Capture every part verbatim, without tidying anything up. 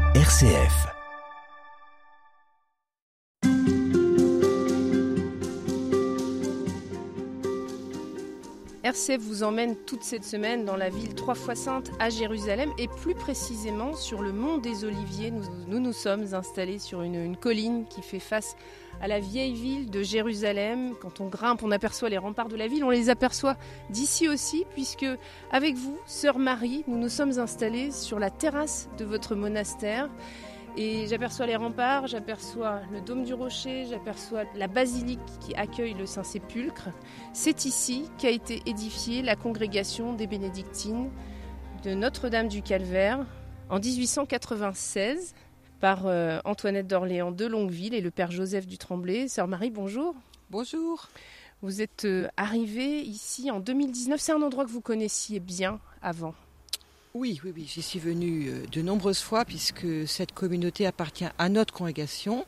R C F. R C F vous emmène toute cette semaine dans la ville trois fois sainte à Jérusalem et plus précisément sur le mont des Oliviers. Nous nous, nous sommes installés sur une, une colline qui fait face à la vieille ville de Jérusalem. Quand on grimpe, on aperçoit les remparts de la ville, on les aperçoit d'ici aussi puisque avec vous, Sœur Marie, nous nous sommes installés sur la terrasse de votre monastère. Et j'aperçois les remparts, j'aperçois le dôme du rocher, j'aperçois la basilique qui accueille le Saint-Sépulcre. C'est ici qu'a été édifiée la congrégation des Bénédictines de Notre-Dame du Calvaire en dix-huit cent quatre-vingt-seize par euh, Antoinette d'Orléans de Longueville et le père Joseph du Tremblay. Sœur Marie, bonjour. Bonjour. Vous êtes euh, arrivée ici en deux mille dix-neuf. C'est un endroit que vous connaissiez bien avant. Oui, oui, oui, j'y suis venue de nombreuses fois puisque cette communauté appartient à notre congrégation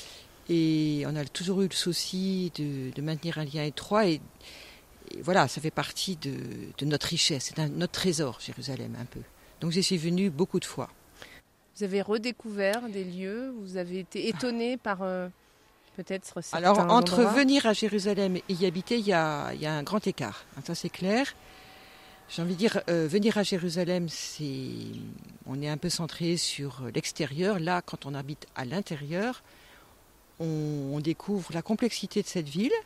et on a toujours eu le souci de, de maintenir un lien étroit et, et voilà, ça fait partie de, de notre richesse, c'est un, notre trésor, Jérusalem un peu. Donc j'y suis venue beaucoup de fois. Vous avez redécouvert des lieux, vous avez été étonnée par euh, peut-être certains Alors entre endroits. venir à Jérusalem et y habiter, il y a, il y a un grand écart, ça c'est clair. J'ai envie de dire, euh, venir à Jérusalem, c'est, on est un peu centré sur l'extérieur. Là, quand on habite à l'intérieur, on, on découvre la complexité de cette ville,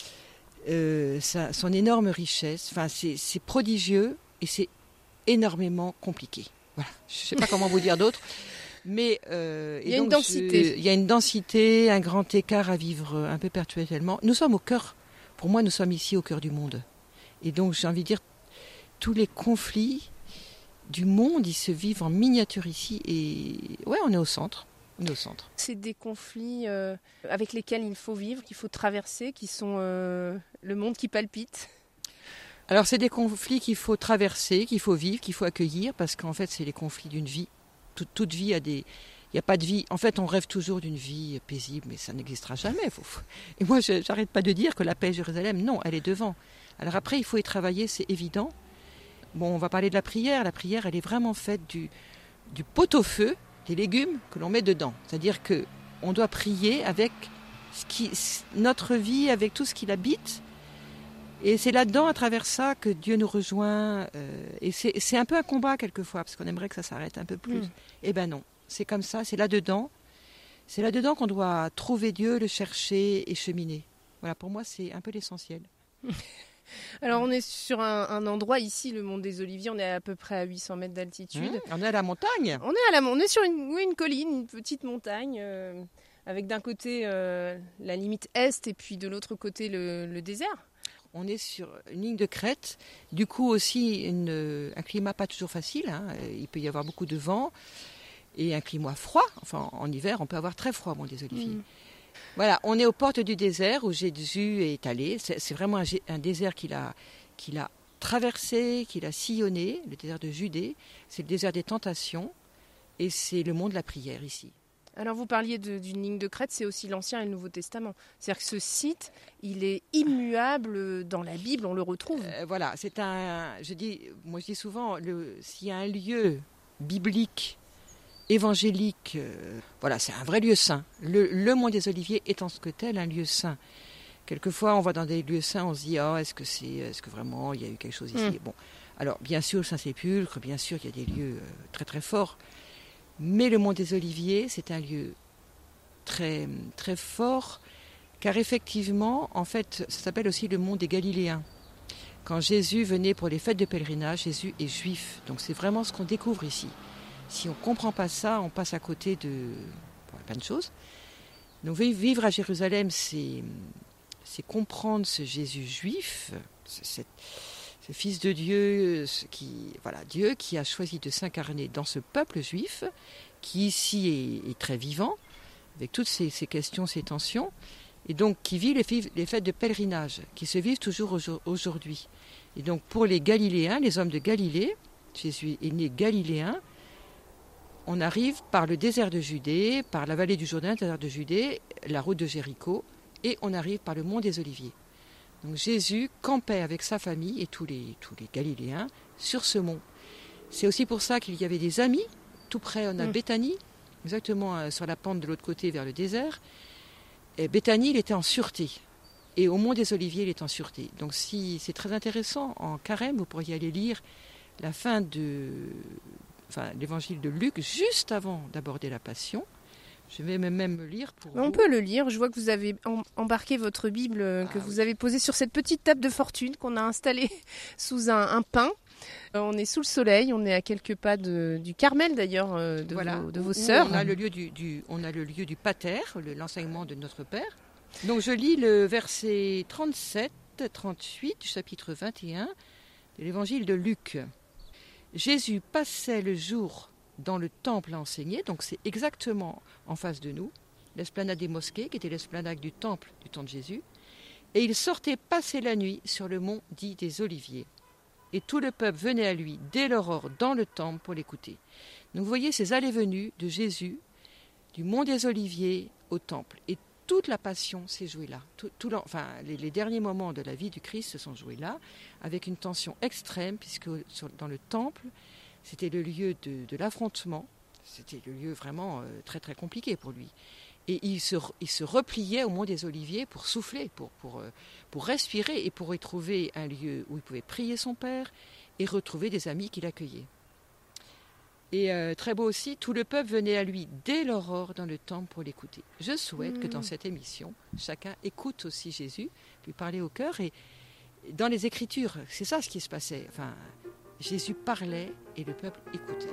euh, sa, son énorme richesse. Enfin, c'est, c'est prodigieux et c'est énormément compliqué. Voilà. Je ne sais pas comment vous dire d'autre. Mais euh, il y a et une donc, densité. Je, il y a une densité, un grand écart à vivre un peu perpétuellement. Nous sommes au cœur, pour moi, nous sommes ici au cœur du monde. Et donc, j'ai envie de dire, tous les conflits du monde, ils se vivent en miniature ici. Et ouais, on est au centre. On est au centre. C'est des conflits euh, avec lesquels il faut vivre, qu'il faut traverser, qui sont euh, le monde qui palpite. Alors, c'est des conflits qu'il faut traverser, qu'il faut vivre, qu'il faut accueillir, parce qu'en fait, c'est les conflits d'une vie. Toute, toute vie a des... Il n'y a pas de vie. En fait, on rêve toujours d'une vie paisible, mais ça n'existera jamais. Faut... Et moi, je n'arrête pas de dire que la paix à Jérusalem, non, elle est devant. Alors après, il faut y travailler, c'est évident. Bon, on va parler de la prière. La prière, elle est vraiment faite du, du pot-au-feu, des légumes que l'on met dedans. C'est-à-dire qu'on doit prier avec ce qui, notre vie, avec tout ce qui l'habite. Et c'est là-dedans, à travers ça, que Dieu nous rejoint. Euh, et c'est, c'est un peu un combat quelquefois, parce qu'on aimerait que ça s'arrête un peu plus. Mmh. Eh ben non, c'est comme ça, c'est là-dedans. C'est là-dedans qu'on doit trouver Dieu, le chercher et cheminer. Voilà, pour moi, c'est un peu l'essentiel. Alors on est sur un, un endroit ici, le mont des Oliviers, on est à peu près à huit cents mètres d'altitude. Mmh, on est à la montagne. On est, à la, on est sur une, oui, une colline, une petite montagne, euh, avec d'un côté euh, la limite est et puis de l'autre côté le, le désert. On est sur une ligne de crête, du coup aussi une, un climat pas toujours facile, hein. Il peut y avoir beaucoup de vent et un climat froid. Enfin en hiver on peut avoir très froid au mont des Oliviers. Mmh. Voilà, on est aux portes du désert où Jésus est allé. C'est, c'est vraiment un, un désert qu'il a, qu'il a traversé, qu'il a sillonné, le désert de Judée. C'est le désert des tentations et c'est le mont de la prière ici. Alors vous parliez de, d'une ligne de crête, c'est aussi l'Ancien et le Nouveau Testament. C'est-à-dire que ce site, il est immuable dans la Bible, on le retrouve. Euh, voilà, c'est un, je dis, moi je dis souvent, le, s'il y a un lieu biblique, évangélique, euh, voilà, c'est un vrai lieu saint. Le, le mont des Oliviers est en ce que tel un lieu saint. Quelquefois, on va dans des lieux saints, on se dit, ah, oh, est-ce que c'est, est-ce que vraiment il y a eu quelque chose ici ? mm. Bon, alors bien sûr, le Saint-Sépulcre, bien sûr, il y a des lieux euh, très très forts. Mais le mont des Oliviers, c'est un lieu très très fort, car effectivement, en fait, ça s'appelle aussi le mont des Galiléens. Quand Jésus venait pour les fêtes de pèlerinage, Jésus est juif, donc c'est vraiment ce qu'on découvre ici. Si on ne comprend pas ça, on passe à côté de bon, plein de choses. Donc vivre à Jérusalem, c'est, c'est comprendre ce Jésus juif, ce, ce Fils de Dieu, ce qui, voilà, Dieu qui a choisi de s'incarner dans ce peuple juif, qui ici est, est très vivant, avec toutes ces, ces questions, ces tensions, et donc qui vit les, les fêtes de pèlerinage, qui se vivent toujours aujourd'hui. Et donc pour les Galiléens, les hommes de Galilée, Jésus est né galiléen, on arrive par le désert de Judée, par la vallée du Jourdain, le désert de Judée, la route de Jéricho, et on arrive par le mont des Oliviers. Donc Jésus campait avec sa famille et tous les, tous les Galiléens sur ce mont. C'est aussi pour ça qu'il y avait des amis. Tout près, on a mmh. Béthanie, exactement sur la pente de l'autre côté vers le désert. Et Béthanie, il était en sûreté. Et au Mont des Oliviers, il est en sûreté. Donc si c'est très intéressant, en carême, vous pourriez aller lire la fin de enfin, l'évangile de Luc, juste avant d'aborder la Passion. Je vais même le lire pour On vous. peut le lire. Je vois que vous avez embarqué votre Bible, ah, que vous oui. avez posée sur cette petite table de fortune qu'on a installée sous un, un pin. On est sous le soleil, on est à quelques pas de, du Carmel d'ailleurs, de, voilà. vos, de vos sœurs. On a le lieu du, du, on a le lieu du Pater, le, l'enseignement de notre Père. Donc je lis le verset trente-sept trente-huit du chapitre vingt et un de l'évangile de Luc. Jésus passait le jour dans le temple à enseigner, donc c'est exactement en face de nous, l'esplanade des mosquées, qui était l'esplanade du temple du temps de Jésus, et il sortait passer la nuit sur le mont dit des Oliviers. Et tout le peuple venait à lui dès l'aurore dans le temple pour l'écouter. Donc vous voyez ces allées-venues de Jésus, du mont des Oliviers au temple. Et toute la passion s'est jouée là. Tout, tout enfin, les, les derniers moments de la vie du Christ se sont joués là, avec une tension extrême, puisque sur, dans le temple, c'était le lieu de, de l'affrontement. C'était le lieu vraiment euh, très très compliqué pour lui. Et il se, il se repliait au mont des Oliviers pour souffler, pour, pour, euh, pour respirer et pour y trouver un lieu où il pouvait prier son Père et retrouver des amis qui l'accueillaient. Et euh, très beau aussi, tout le peuple venait à lui dès l'aurore dans le temple pour l'écouter. Je souhaite mmh. que dans cette émission, chacun écoute aussi Jésus, lui parler au cœur. Et dans les Écritures, c'est ça ce qui se passait. Enfin, Jésus parlait et le peuple écoutait.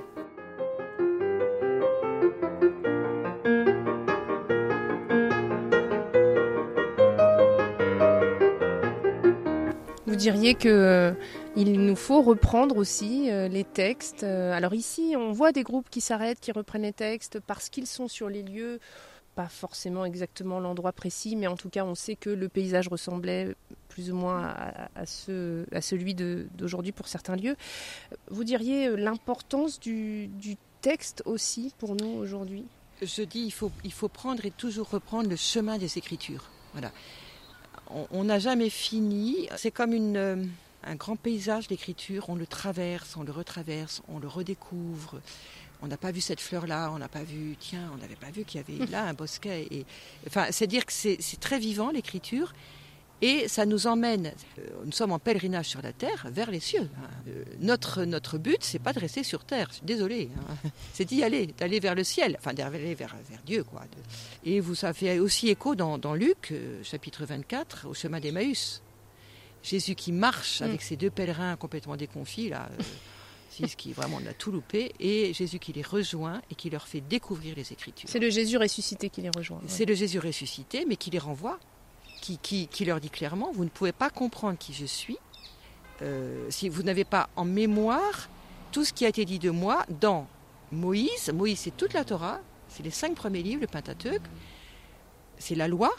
Vous diriez que euh, il nous faut reprendre aussi euh, les textes. Euh, alors ici, on voit des groupes qui s'arrêtent, qui reprennent les textes parce qu'ils sont sur les lieux, pas forcément exactement l'endroit précis, mais en tout cas, on sait que le paysage ressemblait plus ou moins à, à, ce, à celui de, d'aujourd'hui pour certains lieux. Vous diriez l'importance du, du texte aussi pour nous aujourd'hui ? Je dis, il faut, il faut prendre et toujours reprendre le chemin des Écritures. Voilà. On n'a jamais fini, c'est comme une, euh, un grand paysage d'écriture, on le traverse, on le retraverse, on le redécouvre. On n'a pas vu cette fleur-là, on n'a pas vu, tiens, on n'avait pas vu qu'il y avait là un bosquet. Et, enfin, c'est dire que c'est, c'est très vivant l'écriture et ça nous emmène, euh, nous sommes en pèlerinage sur la terre vers les cieux. Hein. Euh, notre, notre but, c'est pas de rester sur terre, je suis désolée, hein. C'est d'y aller, d'aller vers le ciel, enfin d'aller vers, vers Dieu, quoi. Et vous, ça fait aussi écho dans, dans Luc, euh, chapitre vingt-quatre, au chemin d'Emmaüs. Jésus qui marche mmh. avec ses deux pèlerins complètement déconfits, là, euh, six qui vraiment on a tout loupé, et Jésus qui les rejoint et qui leur fait découvrir les Écritures. C'est le Jésus ressuscité qui les rejoint. C'est ouais. le Jésus ressuscité, mais qui les renvoie. Qui, qui, qui leur dit clairement, vous ne pouvez pas comprendre qui je suis euh, si vous n'avez pas en mémoire tout ce qui a été dit de moi dans Moïse. Moïse, c'est toute la Torah, c'est les cinq premiers livres, le Pentateuque, c'est la loi,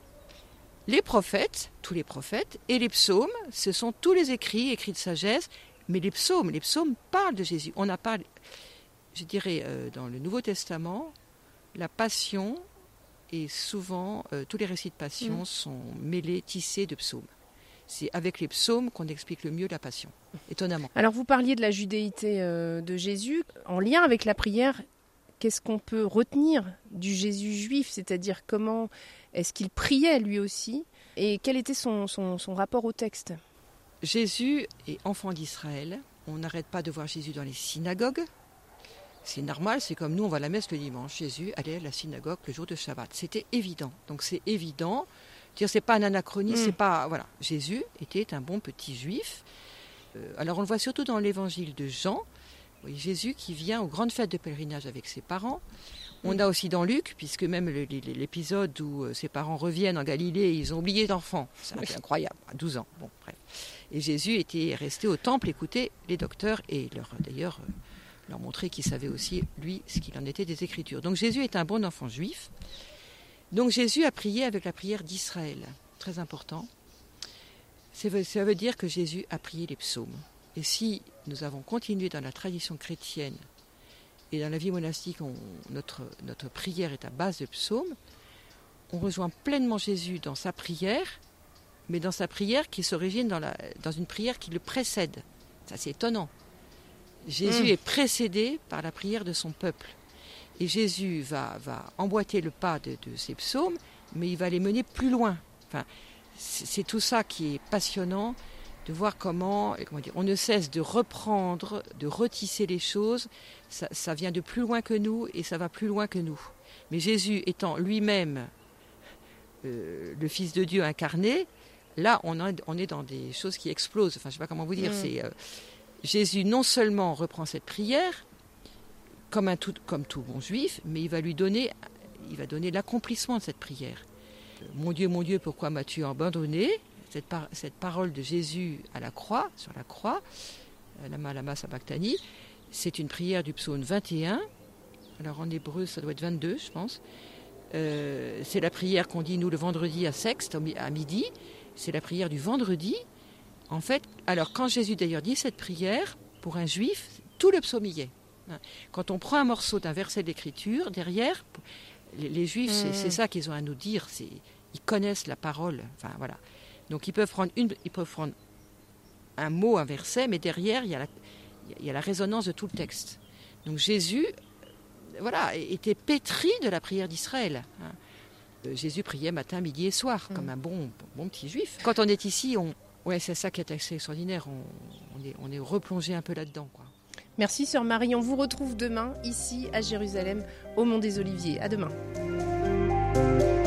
les prophètes, tous les prophètes, et les psaumes, ce sont tous les écrits, écrits de sagesse, mais les psaumes, les psaumes parlent de Jésus. On n'a pas, je dirais, euh, dans le Nouveau Testament, la passion... Et souvent, euh, tous les récits de passion mmh. sont mêlés, tissés de psaumes. C'est avec les psaumes qu'on explique le mieux la passion, étonnamment. Alors vous parliez de la judéité euh, de Jésus. En lien avec la prière, qu'est-ce qu'on peut retenir du Jésus juif ? C'est-à-dire comment est-ce qu'il priait lui aussi ? Et quel était son, son, son rapport au texte ? Jésus est enfant d'Israël. On n'arrête pas de voir Jésus dans les synagogues. C'est normal, c'est comme nous, on va à la messe le dimanche. Jésus allait à la synagogue le jour de Shabbat. C'était évident. Donc c'est évident. Dire, c'est pas un anachronisme, mmh. c'est pas... Voilà. Jésus était un bon petit juif. Euh, alors on le voit surtout dans l'évangile de Jean. Oui, Jésus qui vient aux grandes fêtes de pèlerinage avec ses parents. On mmh. a aussi dans Luc, puisque même le, le, l'épisode où euh, ses parents reviennent en Galilée, et ils ont oublié d'enfants. C'est oui. incroyable, à douze ans. Bon, bref. Et Jésus était resté au temple écouter les docteurs et leur, d'ailleurs... Euh, leur montrer qu'il savait aussi, lui, ce qu'il en était des Écritures. Donc Jésus est un bon enfant juif. Donc Jésus a prié avec la prière d'Israël. Très important. Ça veut dire que Jésus a prié les psaumes. Et si nous avons continué dans la tradition chrétienne et dans la vie monastique, on, notre, notre prière est à base de psaumes, on rejoint pleinement Jésus dans sa prière, mais dans sa prière qui s'origine dans, la, dans une prière qui le précède. Ça, c'est étonnant. Jésus mmh. est précédé par la prière de son peuple. Et Jésus va, va emboîter le pas de, de ces psaumes, mais il va les mener plus loin. Enfin, c'est, c'est tout ça qui est passionnant, de voir comment, comment dire, on ne cesse de reprendre, de retisser les choses. Ça, ça vient de plus loin que nous et ça va plus loin que nous. Mais Jésus étant lui-même euh, le Fils de Dieu incarné, là, on, a, on est dans des choses qui explosent. Enfin, je ne sais pas comment vous dire. Mmh. C'est, euh, Jésus non seulement reprend cette prière, comme, un tout, comme tout bon juif, mais il va lui donner, il va donner l'accomplissement de cette prière. Mon Dieu, mon Dieu, pourquoi m'as-tu abandonné ? Cette, par, cette parole de Jésus à la croix, sur la croix, lama lama sabachthani, c'est une prière du psaume vingt et un. Alors en hébreu, ça doit être vingt-deux, je pense. Euh, c'est la prière qu'on dit, nous, le vendredi à Sexte, à midi. C'est la prière du vendredi. En fait, alors quand Jésus d'ailleurs dit cette prière, pour un juif, tout le psaume y est. Quand on prend un morceau d'un verset d'écriture, derrière, les, les juifs, mmh. c'est, c'est ça qu'ils ont à nous dire. C'est, ils connaissent la parole. Enfin, voilà. Donc ils peuvent prendre une, ils peuvent prendre un mot, un verset, mais derrière il y a la, il y a la résonance de tout le texte. Donc Jésus, voilà, était pétri de la prière d'Israël. Jésus priait matin, midi et soir, mmh. comme un bon, bon petit juif. Quand on est ici, on, ouais, c'est ça qui est assez extraordinaire. On, on est, on est replongé un peu là-dedans, quoi. Merci Sœur Marie. On vous retrouve demain ici à Jérusalem, au Mont des Oliviers. À demain.